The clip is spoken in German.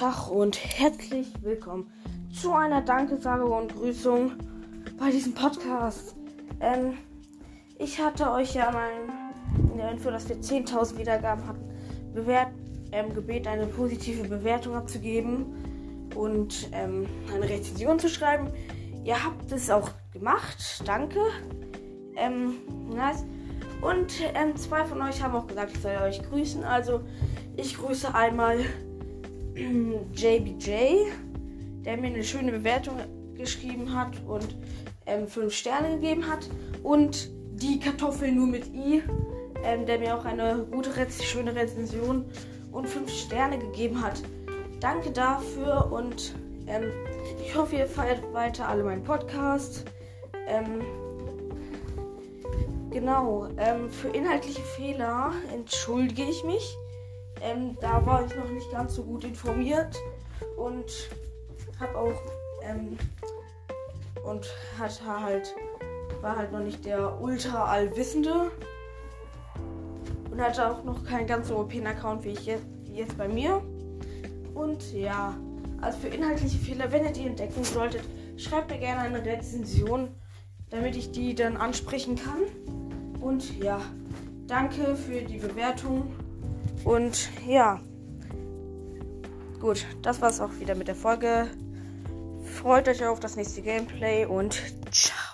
Tag und herzlich willkommen zu einer Dankesagung und Grüßung bei diesem Podcast. Ich hatte euch ja mal in der Info, dass wir 10.000 Wiedergaben hatten, gebeten, eine positive Bewertung abzugeben und eine Rezension zu schreiben. Ihr habt es auch gemacht, danke. Nice. Und 2 von euch haben auch gesagt, ich soll euch grüßen. Also ich grüße einmal JBJ, der mir eine schöne Bewertung geschrieben hat und 5 Sterne gegeben hat. Und die Kartoffel nur mit I, der mir auch eine gute, schöne Rezension und 5 Sterne gegeben hat. Danke dafür und ich hoffe, ihr feiert weiter alle meinen Podcast. Für inhaltliche Fehler entschuldige ich mich. Da war ich noch nicht ganz so gut informiert und war halt noch nicht der ultra allwissende und hatte auch noch keinen ganz so OP-Account wie jetzt bei mir. Und ja, also für inhaltliche Fehler, wenn ihr die entdecken solltet, schreibt mir gerne eine Rezension, damit ich die dann ansprechen kann. Und ja, danke für die Bewertung. Und ja, gut, das war's auch wieder mit der Folge. Freut euch auf das nächste Gameplay und ciao.